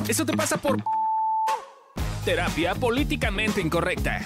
Eso te pasa por terapia políticamente incorrecta.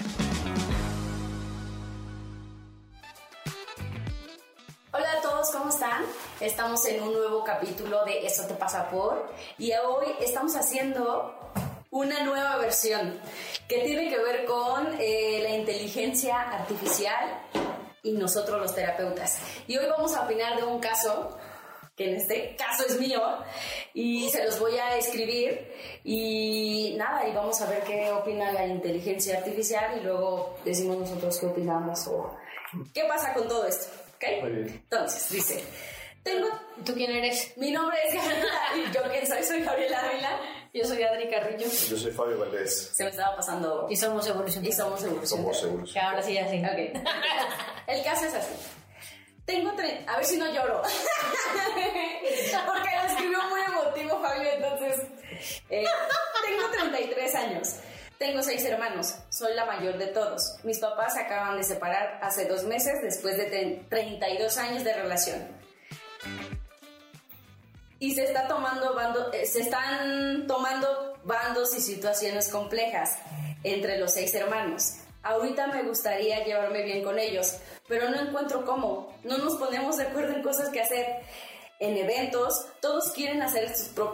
Hola a todos, ¿cómo están? Estamos en un nuevo capítulo de Eso te pasa por, y hoy estamos haciendo una nueva versión que tiene que ver con la inteligencia artificial y nosotros los terapeutas. Y hoy vamos a opinar de un caso, que en este caso es mío, y se los voy a escribir y nada, y vamos a ver qué opina la inteligencia artificial y luego decimos nosotros qué opinamos o qué pasa con todo esto, ¿ok? Muy bien. Entonces, dice, ¿Tú quién eres? mi nombre es Gabriela, y yo quién soy, soy Gabriela Ávila. Yo soy Adri Carrillo. Yo soy Fabio Valdés. Se me estaba pasando. Y somos Evolución. Y somos Evolución. Somos seguros. Que ahora sí, ya sí. Ok. El caso es así. A ver si no lloro. Porque lo escribió muy emotivo Fabio, entonces. Tengo 33 años. Tengo 6 hermanos. Soy la mayor de todos. Mis papás se acaban de separar hace 2 meses después de 32 años de relación. Y se están tomando bandos y situaciones complejas entre los 6 hermanos. Ahorita me gustaría llevarme bien con ellos, pero no encuentro cómo. No nos ponemos de acuerdo en cosas que hacer. En eventos, todos quieren hacer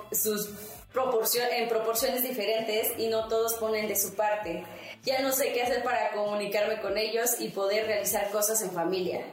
en proporciones diferentes y no todos ponen de su parte. Ya no sé qué hacer para comunicarme con ellos y poder realizar cosas en familia.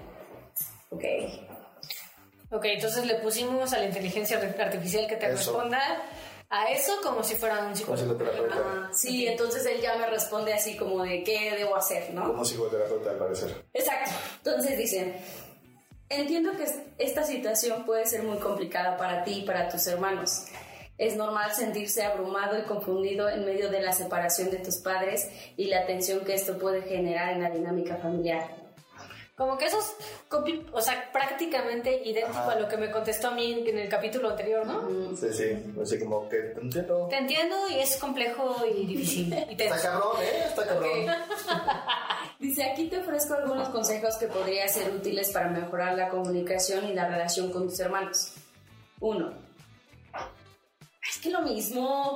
Ok, entonces le pusimos a la inteligencia artificial que te responda a eso como si fuera un psicólogo. Como psicoterapeuta. Sí, entonces él ya me responde así como de qué debo hacer, ¿no? Como psicoterapeuta, al parecer. Exacto. Entonces dice, entiendo que esta situación puede ser muy complicada para ti y para tus hermanos. Es normal sentirse abrumado y confundido en medio de la separación de tus padres y la tensión que esto puede generar en la dinámica familiar. Como que eso es prácticamente idéntico a lo que me contestó a mí en el capítulo anterior, ¿no? Sí. Así como que te entiendo. Te entiendo y es complejo y difícil. Y Está cabrón, Está cabrón. Okay. Dice, aquí te ofrezco algunos consejos que podrían ser útiles para mejorar la comunicación y la relación con tus hermanos. 1. Es que lo mismo.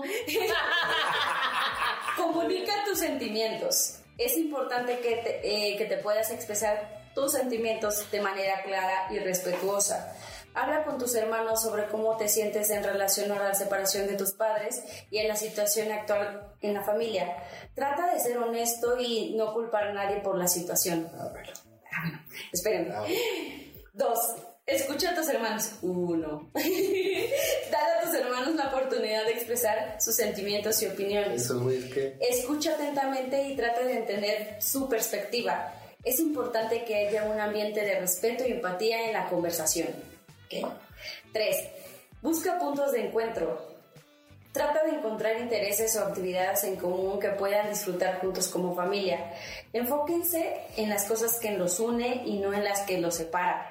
Comunica tus sentimientos. Es importante que te puedas expresar tus sentimientos de manera clara y respetuosa. Habla con tus hermanos sobre cómo te sientes en relación a la separación de tus padres y en la situación actual en la familia. Trata de ser honesto y no culpar a nadie por la situación. Esperen. 2. Escucha a tus hermanos. 1. Dale a tus hermanos la oportunidad de expresar sus sentimientos y opiniones. Eso, güey, ¿qué? Escucha atentamente y trata de entender su perspectiva. Es importante que haya un ambiente de respeto y empatía en la conversación. 3. Busca puntos de encuentro. Trata de encontrar intereses o actividades en común que puedan disfrutar juntos como familia. Enfóquense en las cosas que los une y no en las que los separa.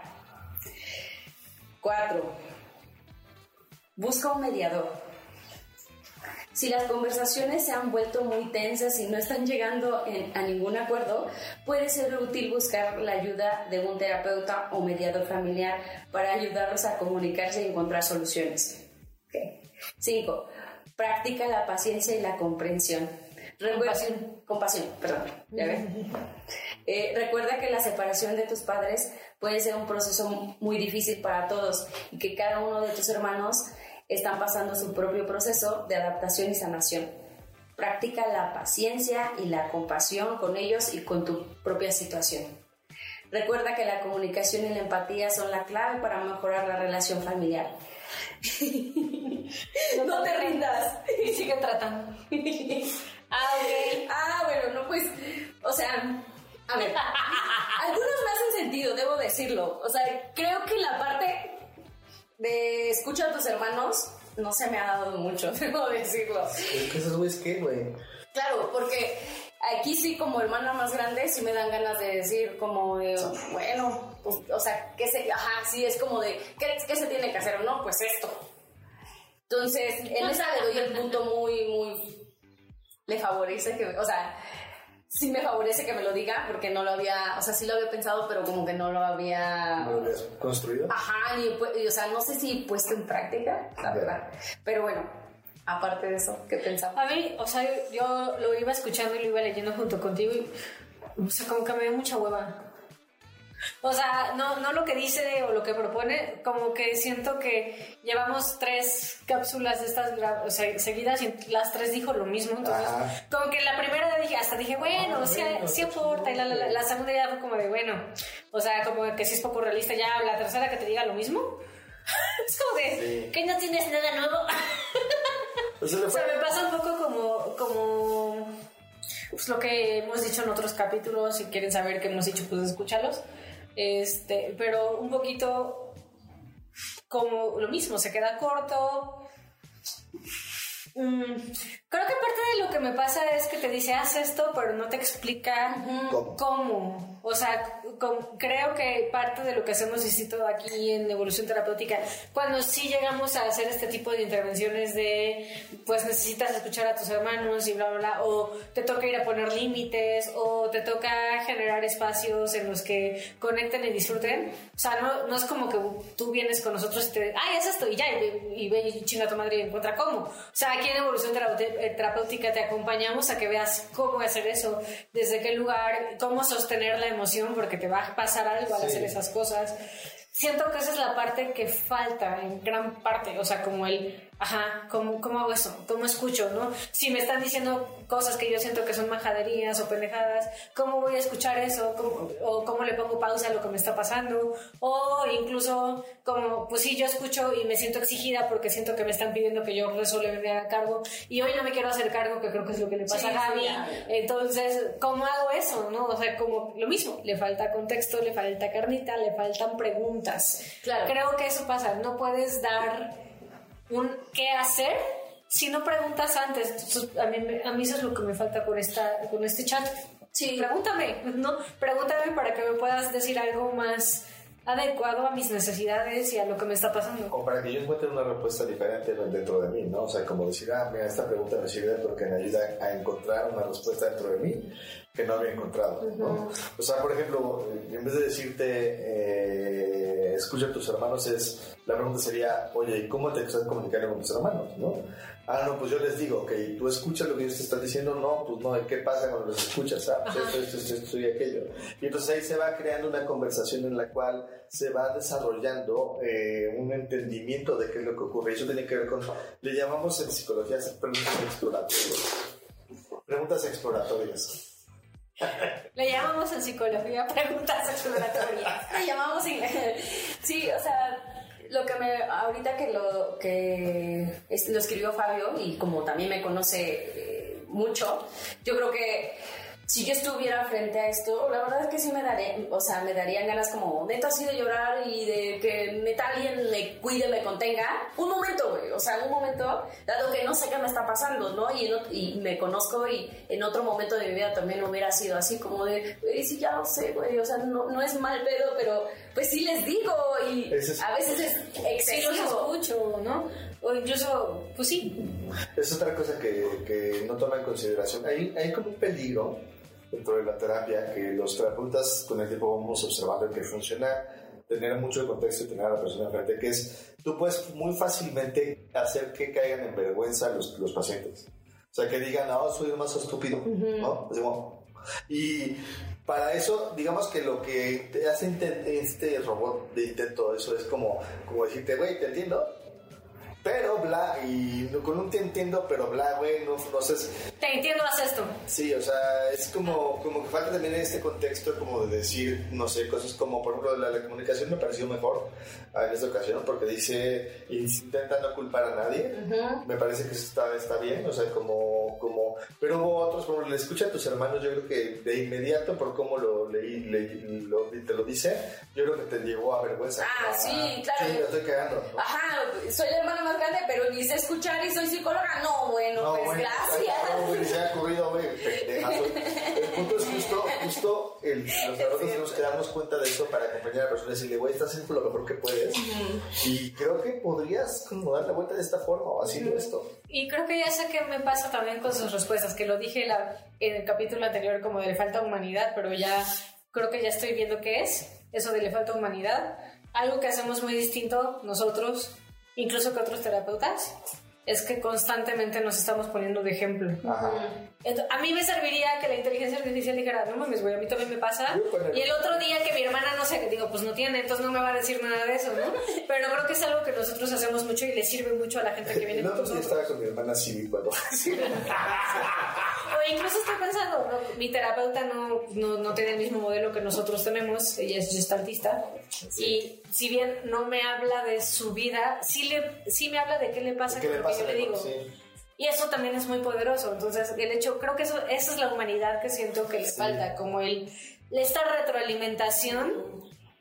4. Busca un mediador. Si las conversaciones se han vuelto muy tensas y no están llegando a ningún acuerdo, puede ser útil buscar la ayuda de un terapeuta o mediador familiar para ayudarlos a comunicarse y encontrar soluciones. 5. Practica la paciencia y la comprensión. Compasión, perdón. ¿Ya ven? Recuerda que la separación de tus padres puede ser un proceso muy difícil para todos y que cada uno de tus hermanos están pasando su propio proceso de adaptación y sanación. Practica la paciencia y la compasión con ellos y con tu propia situación. Recuerda que la comunicación y la empatía son la clave para mejorar la relación familiar. No te rindas. Y sigue tratando. Bueno, no, pues, o sea, a ver, algunos me hacen sentido, debo decirlo. O sea, creo que la parte de escucha a tus hermanos no se me ha dado mucho, debo decirlo. ¿Qué esos güeyes qué, güey? Claro, porque aquí sí, como hermana más grande, sí me dan ganas de decir como de, bueno, pues, o sea, sí, es como de, ¿qué se tiene que hacer o no? Pues esto. Entonces, en esa le doy el punto muy, le favorece que, o sea, sí me favorece que me lo diga, porque no lo había, o sea, sí lo había pensado, pero como que no lo había... ¿No lo habías construido? Ajá, o sea, no sé si puesto en práctica, la verdad. Pero bueno, Aparte de eso, ¿qué pensamos? A mí, o sea, yo lo iba escuchando y lo iba leyendo junto contigo y, o sea, como que me dio mucha hueva. O sea, no lo que dice o lo que propone, como que siento que llevamos 3 cápsulas de estas seguidas y las 3 dijo lo mismo. Entonces, como que la primera dije, bueno, sí aporta. Y la segunda ya fue como de, bueno, o sea, como que sí es poco realista. Ya la tercera que te diga lo mismo. Es como de, que no tienes nada nuevo. O sea, me pasa un poco como pues, lo que hemos dicho en otros capítulos. Si quieren saber qué hemos dicho, pues escúchalos. Pero un poquito como lo mismo, se queda corto. Creo que parte de lo que me pasa es que te dice haz esto, pero no te explica cómo. O sea, creo que parte de lo que hacemos distinto aquí en Evolución Terapéutica, cuando sí llegamos a hacer este tipo de intervenciones de pues necesitas escuchar a tus hermanos y bla bla bla, o te toca ir a poner límites, o te toca generar espacios en los que conecten y disfruten. O sea, no es como que tú vienes con nosotros y te haz esto y ya, y ve y chinga tu madre y encuentra cómo. O sea, aquí en Evolución Terapéutica te acompañamos a que veas cómo hacer eso, desde qué lugar, cómo sostener la emoción, porque te va a pasar algo al hacer esas cosas. Siento que esa es la parte que falta en gran parte, o sea, como ¿cómo hago eso? ¿Cómo escucho, no? Si me están diciendo cosas que yo siento que son majaderías o pendejadas, ¿cómo voy a escuchar eso? ¿Cómo le pongo pausa a lo que me está pasando? O incluso, como, pues sí, yo escucho y me siento exigida porque siento que me están pidiendo que yo resuelva y me haga cargo, y hoy no me quiero hacer cargo, que creo que es lo que le pasa a Gaby. Entonces, ¿cómo hago eso, no? O sea, como lo mismo, le falta contexto, le falta carnita, le faltan preguntas. Claro. Creo que eso pasa, no puedes dar un qué hacer si no preguntas antes. Entonces, a mí eso es lo que me falta con este chat. Sí. Pregúntame, ¿no? Pregúntame para que me puedas decir algo más adecuado a mis necesidades y a lo que me está pasando. O para que yo encuentre una respuesta diferente dentro de mí, ¿no? O sea, como decir, mira, esta pregunta me sirve porque me ayuda a encontrar una respuesta dentro de mí que no había encontrado, ¿no? O sea, por ejemplo, en vez de decirte escucha a tus hermanos, la pregunta sería, oye, ¿y cómo te estás comunicando con tus hermanos, no? No, pues yo les digo, ok, tú escuchas lo que ellos te están diciendo, no, pues no, ¿qué pasa cuando los escuchas? Esto y aquello. Y entonces ahí se va creando una conversación en la cual se va desarrollando un entendimiento de qué es lo que ocurre. Eso tiene que ver con, le llamamos en psicología preguntas exploratorias. Le llamamos en psicología preguntas exploratorias. Le llamamos sí, o sea, lo que ahorita que lo escribió Fabio, y como también me conoce mucho, yo creo que si yo estuviera frente a esto, la verdad es que sí me darían ganas como neta así de llorar y de que neta alguien me cuide, me contenga. Un momento, güey, o sea, un momento, dado que no sé qué me está pasando, ¿no? Y me conozco, y en otro momento de mi vida también hubiera sido así como de, güey, sí, ya lo sé, güey, o sea, no es mal pedo, pero pues sí les digo, y a veces es excesivo. Sí los escucho, ¿no? O incluso, pues sí. Es otra cosa que no toma en consideración. Hay como un peligro dentro de la terapia que los terapeutas con el tiempo vamos observando que funciona tener mucho de contexto y tener a la persona enfrente, que es, tú puedes muy fácilmente hacer que caigan en vergüenza los pacientes. O sea, que digan, soy el más estúpido, ¿no? Y para eso, digamos que lo que te hace este robot de intento, eso es como decirte, güey, te entiendo, pero bla, y con un te entiendo, pero bla, güey, no sé. Te entiendo, haz esto. Sí, o sea, es como que falta también este contexto como de decir, no sé, cosas como, por ejemplo, la comunicación me pareció mejor en esta ocasión, porque dice, intenta no culpar a nadie. Me parece que eso está bien, o sea, pero hubo otros, por ejemplo, le escucha a tus hermanos, yo creo que de inmediato, por cómo lo leí, te lo dice, yo creo que te llevó a vergüenza. Sí, claro. Sí, me estoy cagando, ¿no? Soy la hermana más grande, pero ni sé escuchar y soy psicóloga. No, bueno, pues gracias. No, se ha ocurrido, güey, pendejazo. El punto es justo los adultos tenemos que darnos cuenta de eso para acompañar a la persona y decirle, güey, estás haciendo lo mejor que puedes. Y creo que podrías como dar la vuelta de esta forma o haciendo esto. Y creo que ya sé que me pasa también con sus respuestas, que lo dije en el capítulo anterior como de le falta humanidad, pero ya creo que ya estoy viendo qué es eso de le falta humanidad. Algo que hacemos muy distinto nosotros, incluso que otros terapeutas, es que constantemente nos estamos poniendo de ejemplo. Ajá. A mí me serviría que la inteligencia artificial dijera, no mames, güey, a mí también me pasa. Y el otro día que mi hermana no sé, digo, pues no tiene, entonces no me va a decir nada de eso, ¿no? Pero creo que es algo que nosotros hacemos mucho y le sirve mucho a la gente que viene con nosotros. Yo estaba con mi hermana Civi cuando... O incluso estoy pensando, ¿no? Mi terapeuta no tiene el mismo modelo que nosotros tenemos, ella es gestaltista, y si bien no me habla de su vida, sí me habla de qué le pasa con lo que yo le digo. Sí. Y eso también es muy poderoso. Entonces, el hecho, creo que esa es la humanidad que siento que le falta, como esta retroalimentación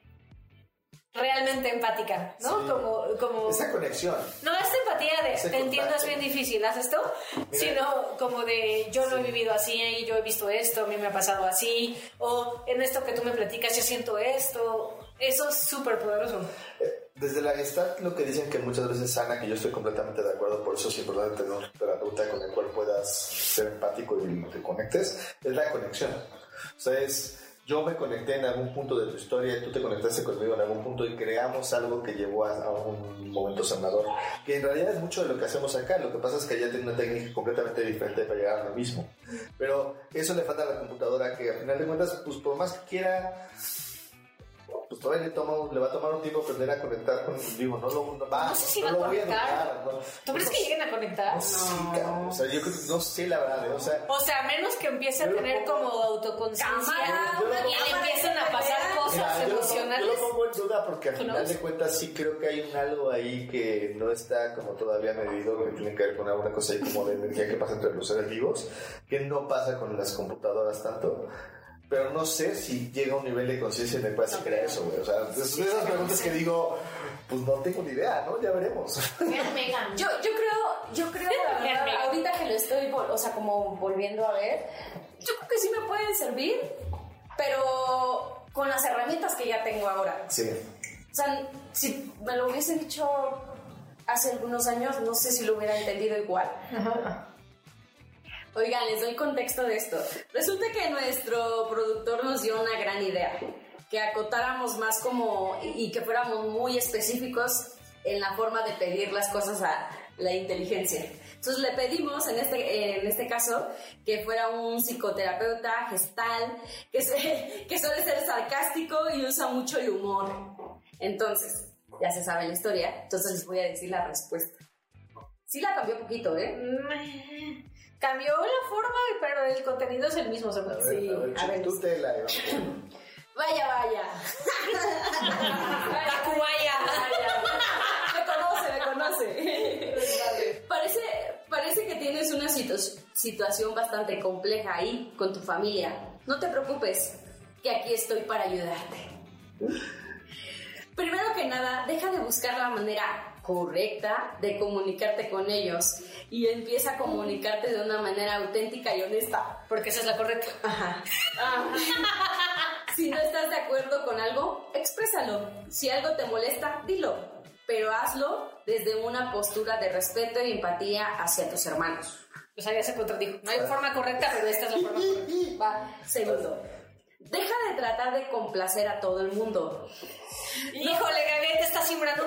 realmente empática, ¿no? Sí. Como esa conexión. No esta empatía de te entiendo, es bien difícil, ¿haz esto? Mira, sino como de yo no he vivido así, y yo he visto esto, a mí me ha pasado así, o en esto que tú me platicas yo siento esto. Eso es súper poderoso. Desde la Gestalt lo que dicen que muchas veces sana, que yo estoy completamente de acuerdo, por eso es importante tener un terapeuta con el cual puedas ser empático y te conectes, es la conexión. O sea, yo me conecté en algún punto de tu historia, tú te conectaste conmigo en algún punto y creamos algo que llevó a un momento sanador, que en realidad es mucho de lo que hacemos acá. Lo que pasa es que ella tiene una técnica completamente diferente para llegar a lo mismo, pero eso le falta a la computadora, que al final de cuentas, pues por más que quiera, pues todavía le va a tomar un tiempo aprender a conectar conmigo. No sé si va a conectar. ¿Tú crees que lleguen a conectar? No, sí, cabrón. O sea, yo no sé la verdad. O sea, menos que empiece a tener como autoconciencia y le empiecen a pasar cosas emocionales. Yo lo pongo en duda porque al final de cuentas sí creo que hay algo ahí que no está como todavía medido, que tiene que ver con alguna cosa ahí como de energía que pasa entre los seres vivos, que no pasa con las computadoras tanto. Pero no sé si llega a un nivel de conciencia en el cual se crea eso, güey. O sea, es de esas preguntas que digo, pues no tengo ni idea, ¿no? Ya veremos. Yo creo, la verdad, ahorita que lo estoy, como volviendo a ver, yo creo que sí me pueden servir, pero con las herramientas que ya tengo ahora. Sí. O sea, si me lo hubiesen dicho hace algunos años, no sé si lo hubiera entendido igual. Ajá. Oigan, les doy contexto de esto. Resulta que nuestro productor nos dio una gran idea, que acotáramos más y que fuéramos muy específicos en la forma de pedir las cosas a la inteligencia. Entonces le pedimos, en este caso, que fuera un psicoterapeuta gestal, que suele ser sarcástico y usa mucho el humor. Entonces, ya se sabe la historia, entonces les voy a decir la respuesta. Sí la cambió poquito, ¿eh? Cambió la forma, pero el contenido es el mismo. Sí, a ver, tú te la Vaya. Tacubaya. Me conoce. Parece que tienes una situación bastante compleja ahí con tu familia. No te preocupes, que aquí estoy para ayudarte. Primero que nada, deja de buscar la manera correcta de comunicarte con ellos y empieza a comunicarte de una manera auténtica y honesta, porque esa es la correcta. Ajá. Si no estás de acuerdo con algo, exprésalo. Si algo te molesta, dilo, pero hazlo desde una postura de respeto y empatía hacia tus hermanos. O sea, ya se contradijo. No hay forma correcta, pero esta es la forma correcta. Va. Segundo, deja de tratar de complacer a todo el mundo. Híjole, Gabriel, te está simulando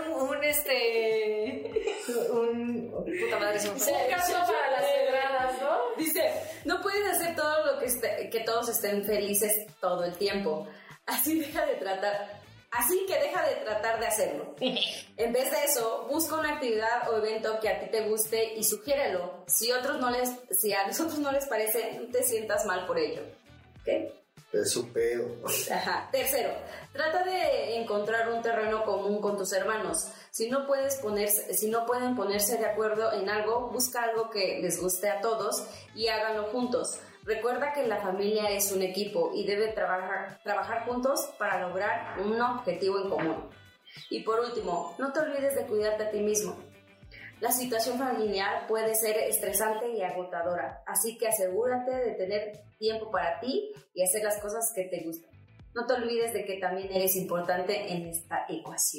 un puta madre, se me fue. Un caso para las pedradas, ¿no? Dice, no puedes hacer todo lo que todos estén felices todo el tiempo. Así que deja de tratar de hacerlo. En vez de eso, busca una actividad o evento que a ti te guste y sugiérelo. Si a los otros no les parece, no te sientas mal por ello. ¿Ok? Es su pedo. Ajá. Tercero, trata de encontrar un terreno común con tus hermanos. Si no pueden ponerse de acuerdo en algo, busca algo que les guste a todos y háganlo juntos. Recuerda que la familia es un equipo y debe trabajar juntos para lograr un objetivo en común. Y por último, no te olvides de cuidarte a ti mismo. La situación familiar puede ser estresante y agotadora, así que asegúrate de tener tiempo para ti y hacer las cosas que te gustan. No te olvides de que también eres importante en esta ecuación.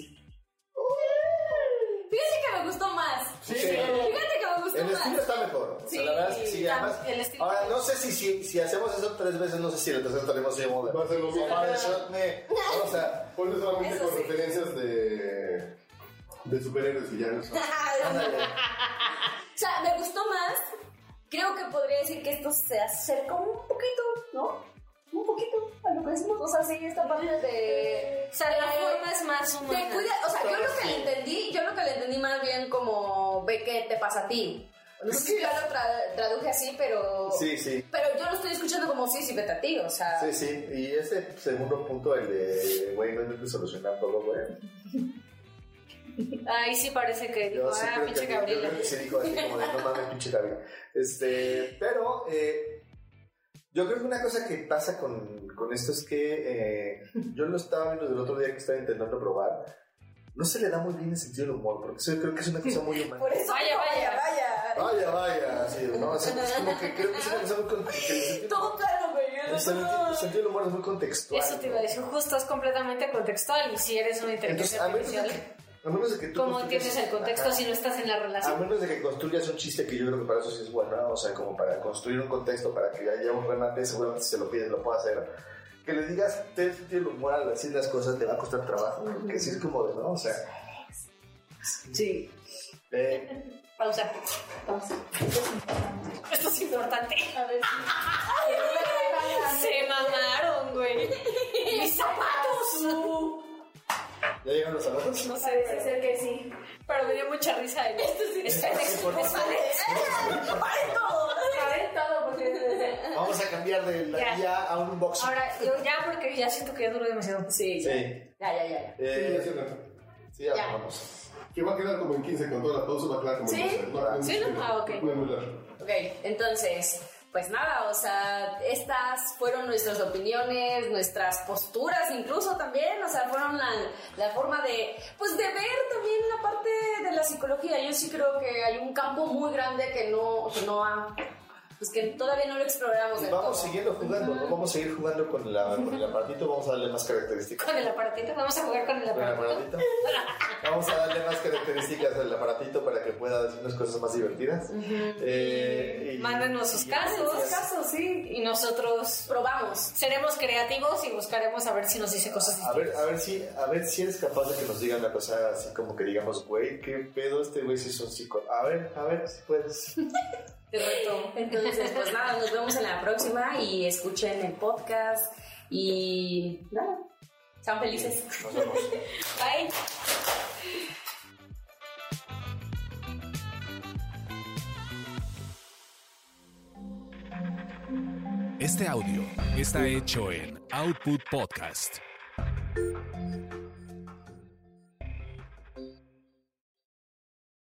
Fíjate que me gustó más. Sí. Fíjate que me gustó más. El estilo está mejor. Sí, o sea, la verdad es que sí. Además, ahora, no sé si hacemos eso 3 veces, no sé si la tercera tenemos que va a ser lo mismo. O sea, ponle solamente con referencias de superhéroes villanos. sea, me gustó más. Creo que podría decir que esto se acerca un poquito, ¿no? Un poquito a lo que decimos. O sea, sí, esta parte de... O sea, la forma es más humana. O sea, yo lo que le entendí más bien como ve qué te pasa a ti. No sé si yo lo traduje así, pero... Sí. Pero yo lo estoy escuchando como sí, vete a ti, o sea... Sí. Y ese segundo punto, el de, güey, no hay que solucionar todo, güey. Ay, sí parece que dijo, pinche Gabriela. Yo creo que sí dijo así como de, no mames, pinche Gabriela. Pero... yo creo que una cosa que pasa con esto es que yo lo estaba viendo el otro día que estaba intentando probar. No se le da muy bien el sentido del humor, porque eso creo que es una cosa muy humana. Por eso, vaya. Sí, ¿no? O sea, es como que creo que es una cosa muy contextual. Todo claro, güey. El sentido del humor es muy contextual. Eso te iba a decir, justo es completamente contextual. Y si eres una inteligencia artificial, a menos de que tú ¿cómo entiendes el contexto si no estás en la relación? A menos de que construyas un chiste, que yo creo que para eso sí es bueno, ¿no? O sea, como para construir un contexto, para que haya un remate, seguramente si se lo piden, lo pueda hacer. Que le digas, ten sentido del humor al decir las cosas, te va a costar trabajo. Porque sí es como de, ¿no? O sea... Sí. Pausa. Esto es importante. A ver. Se mamaron, güey. Mis zapatos. ¿Ya llegan los zapatos? No sé, Parece ser que sí. pero me dio mucha risa. Esto sí. ¡Paren todo! Porque... Vamos a cambiar de la guía a un unboxing. Ahora, yo ya porque ya siento que ya duró demasiado. Sí. Ya. Sí, ya vamos. Que va a quedar como en 15 con toda la pausa, va a quedar como en 12. ¿Sí? ¿No? Ok. Muy largo. Ok, entonces, pues nada, o sea, estas fueron nuestras opiniones, nuestras posturas incluso también, o sea, fueron la forma de, pues de ver también la parte de la psicología. Yo sí creo que hay un campo muy grande que pues que todavía no lo exploramos del todo. Vamos siguiendo jugando, ¿no? Vamos a seguir jugando con el aparatito, vamos a darle más características. Con el aparatito, vamos a jugar con el aparatito. Vamos a darle más características al aparatito para que pueda decir unas cosas más divertidas. Mándenos sus casos, sí. Y nosotros probamos. Seremos creativos y buscaremos a ver si nos dice cosas distintas. A ver si eres capaz de que nos digan una cosa así como que digamos, güey, qué pedo este güey si es un psicólogo. A ver si puedes. Te reto. Entonces, pues nada, nos vemos en la próxima y escuchen el podcast y nada, sean felices. Nos vemos. Bye. Este audio está hecho en Output Podcast.